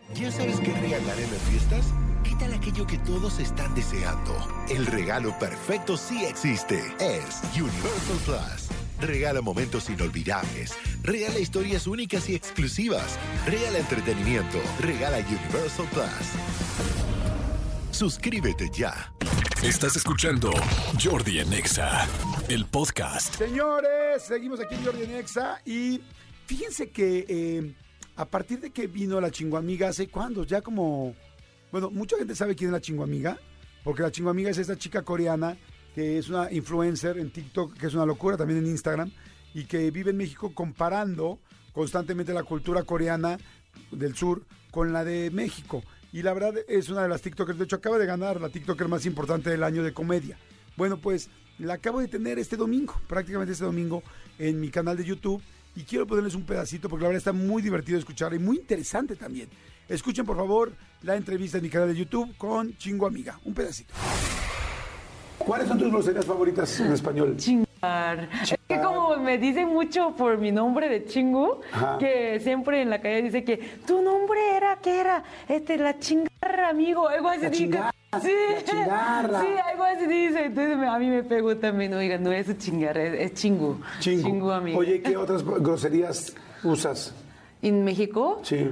¿Ya sabes qué regalar en las fiestas? ¿Qué tal aquello que todos están deseando? El regalo perfecto sí existe. Es Universal Plus. Regala momentos inolvidables. Regala historias únicas y exclusivas. Regala entretenimiento. Regala Universal Plus. Suscríbete ya. Estás escuchando Jordi en Exa, el podcast. Señores, seguimos aquí en Jordi en Exa y fíjense que a partir de que vino la Chinguamiga, ¿hace cuándo? Ya como... Bueno, mucha gente sabe quién es la Chinguamiga, porque la Chinguamiga es esta chica coreana que es una influencer en TikTok, que es una locura, también en Instagram, y que vive en México comparando constantemente la cultura coreana del sur con la de México. Y la verdad es una de las TikTokers, de hecho acaba de ganar la TikToker más importante del año de comedia. Bueno, pues la acabo de tener este domingo, prácticamente este domingo, en mi canal de YouTube. Y quiero ponerles un pedacito porque la verdad está muy divertido escuchar y muy interesante también. Escuchen por favor la entrevista en mi canal de YouTube con Chinguamiga. Un pedacito. ¿Cuáles son tus groserías favoritas en español? Chingar. Es que como me dicen mucho por mi nombre de Chingu, Ajá. que siempre en la calle dice que tu nombre era, ¿qué era? La chingarra, amigo, algo así. La chingarra, Sí, la chingarra. Sí, algo así dice. Entonces a mí me pegó también, oiga, no es chingarra, es chingu. Chingu, amigo. Oye, ¿qué otras groserías usas? ¿En México? Sí.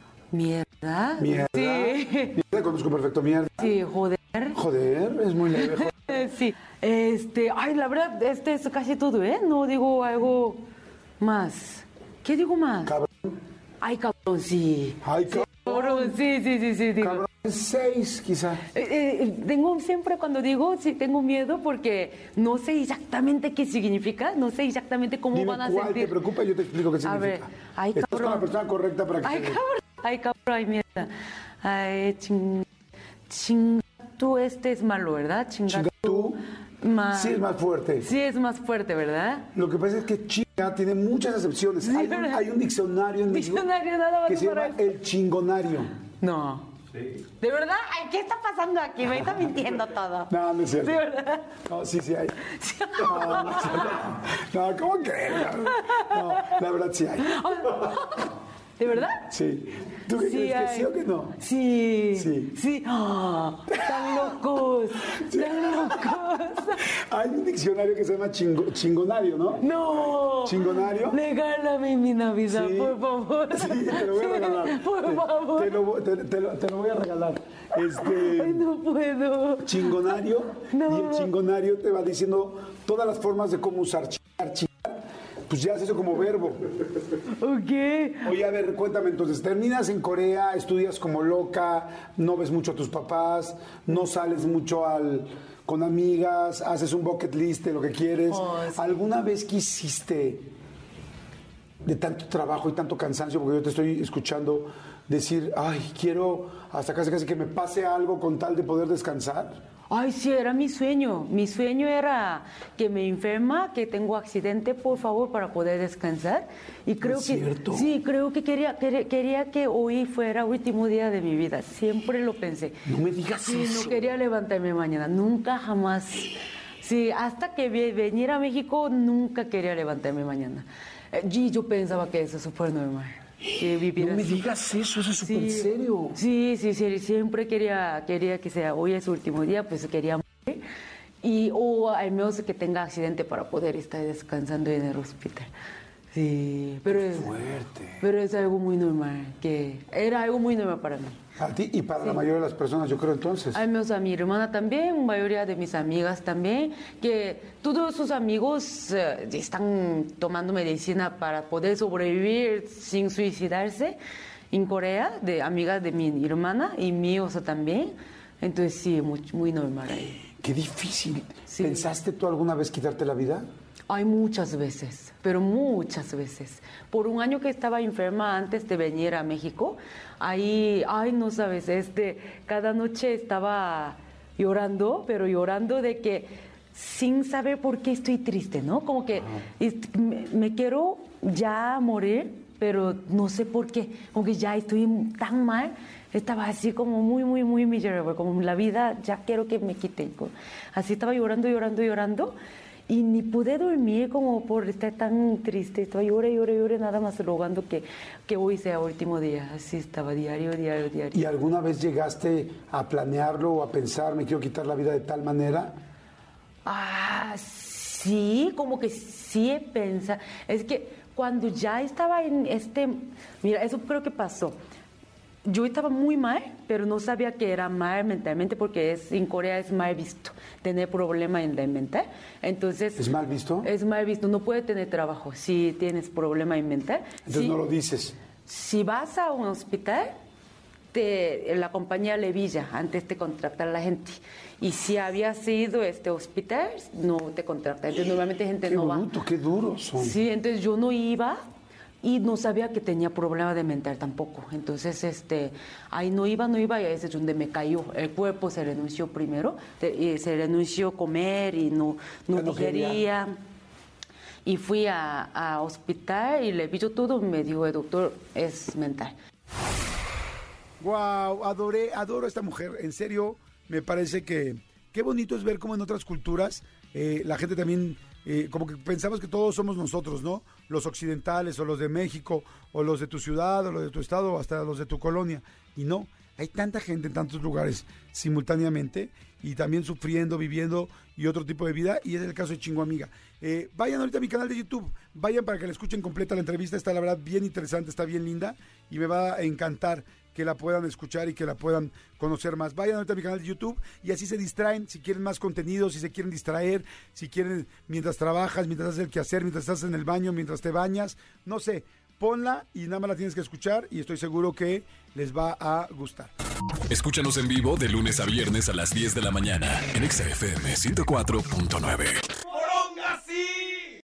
Mierda. Mierda. Sí. Mierda, conozco perfecto. Mierda. Sí, joder. Joder, es muy leve. Joder. Sí, ay, la verdad, es casi todo, ¿eh? No digo algo más. ¿Qué digo más? Cabrón. Ay, cabrón, sí. Ay, Cabrón, sí, digo. Cabrón, 6 quizá. Tengo siempre cuando digo, sí, tengo miedo porque no sé exactamente qué significa, no sé exactamente cómo Dime van a cuál sentir. te preocupa y yo te explico qué A significa. ver, ay, Estás con la cabrón. persona correcta para que Ay, te... cabrón, ay, mierda. Ay, chinga, tú es malo, ¿verdad? Chinga tú. Sí es más fuerte. Sí es más fuerte, ¿verdad? Lo que pasa es que chinga tiene muchas acepciones. Sí, hay ¿verdad? un diccionario en México Diccionario nada más que se para llama eso. el chingonario. No. Sí. ¿De verdad? Ay, ¿qué está pasando aquí? Me está mintiendo todo. No, no es cierto. ¿De verdad? No, sí hay. No, ¿cómo crees? No, la verdad sí hay. ¿De verdad? Sí. ¿Tú qué crees que sí o que no? Sí. Sí. Sí. ¡Ah! ¡Tan locos! ¡Tan locos! Hay un diccionario que se llama chingonario, ¿no? ¡No! ¿Chingonario? Regálame mi Navidad, Sí. por favor. Sí, te lo voy a regalar. Por favor. Te lo voy a regalar. Ay, no puedo. Chingonario. No. Y el chingonario te va diciendo todas las formas de cómo usar chingar. Pues ya es eso como verbo. Ok. Oye, a ver, cuéntame entonces, terminas en Corea, estudias como loca, no ves mucho a tus papás, no sales mucho con amigas, haces un bucket list de lo que quieres. Oh, sí. ¿Alguna vez quisiste, de tanto trabajo y tanto cansancio, porque yo te estoy escuchando decir, ay, quiero hasta casi que me pase algo con tal de poder descansar? Ay, sí, era mi sueño. Mi sueño era que me enferma, que tengo accidente, por favor, para poder descansar. Y creo ¿Es que cierto? sí, creo que quería que hoy fuera el último día de mi vida. Siempre lo pensé. No me digas Sí, eso. no quería levantarme mañana, nunca jamás. Sí, hasta que venir a México, nunca quería levantarme mañana. Y yo pensaba que eso es súper normal. Que vivir No me así. digas eso es súper serio. Sí, siempre quería que sea hoy es su último día, pues quería morir. O al menos que tenga accidente para poder estar descansando en el hospital. Sí, pero Fuerte. pero es algo muy normal, que era algo muy normal para mí. A ti y para la mayoría de las personas, yo creo entonces. Al menos a mi hermana también, mayoría de mis amigas también, que todos sus amigos están tomando medicina para poder sobrevivir sin suicidarse en Corea, de amigas de mi hermana y míos también. Entonces sí, muy normal ahí. Qué difícil. Sí. ¿Pensaste tú alguna vez quitarte la vida? Hay muchas veces, pero muchas veces. Por un año que estaba enferma antes de venir a México, ahí, ay, no sabes, cada noche estaba llorando, pero llorando de que sin saber por qué estoy triste, ¿no? Como que me quiero ya morir, pero no sé por qué, como que ya estoy tan mal. Estaba así como muy miserable, como la vida ya quiero que me quite. Así estaba llorando. Y ni pude dormir como por estar tan triste. Estaba lloré, nada más rogando que hoy sea último día. Así estaba, diario. ¿Y alguna vez llegaste a planearlo o a pensar, me quiero quitar la vida de tal manera? Sí, como que sí he pensado. Es que cuando ya estaba en mira, eso creo que pasó. Yo estaba muy mal, pero no sabía que era mal mentalmente porque en Corea es mal visto tener problemas en la mente. Entonces, ¿es mal visto? Es mal visto, no puedes tener trabajo si tienes problema en mente. Entonces no lo dices. Si vas a un hospital, la compañía le avisa antes de contratar a la gente. Y si habías ido a este hospital, no te contratan. Entonces normalmente gente no va. Qué duros son. Sí, entonces yo no iba. Y no sabía que tenía problema de mental tampoco. Entonces, ahí no iba, y ahí es donde me cayó. El cuerpo se renunció primero, se renunció a comer y no quería. Y fui a hospital y le vi yo todo, me dijo, el doctor, es mental. Wow, adoro a esta mujer. En serio, me parece que qué bonito es ver cómo en otras culturas la gente también... como que pensamos que todos somos nosotros, ¿no? Los occidentales o los de México o los de tu ciudad o los de tu estado o hasta los de tu colonia. Y no, hay tanta gente en tantos lugares simultáneamente y también sufriendo, viviendo y otro tipo de vida, y es el caso de Chinguamiga. Vayan ahorita a mi canal de YouTube, vayan para que la escuchen completa la entrevista, está la verdad bien interesante, está bien linda y me va a encantar que la puedan escuchar y que la puedan conocer más. Vayan ahorita a mi canal de YouTube y así se distraen, si quieren más contenido, si se quieren distraer, si quieren mientras trabajas, mientras haces el quehacer, mientras estás en el baño, mientras te bañas, no sé, ponla y nada más la tienes que escuchar y estoy seguro que les va a gustar. Escúchanos en vivo de lunes a viernes a las 10 de la mañana en XFM 104.9.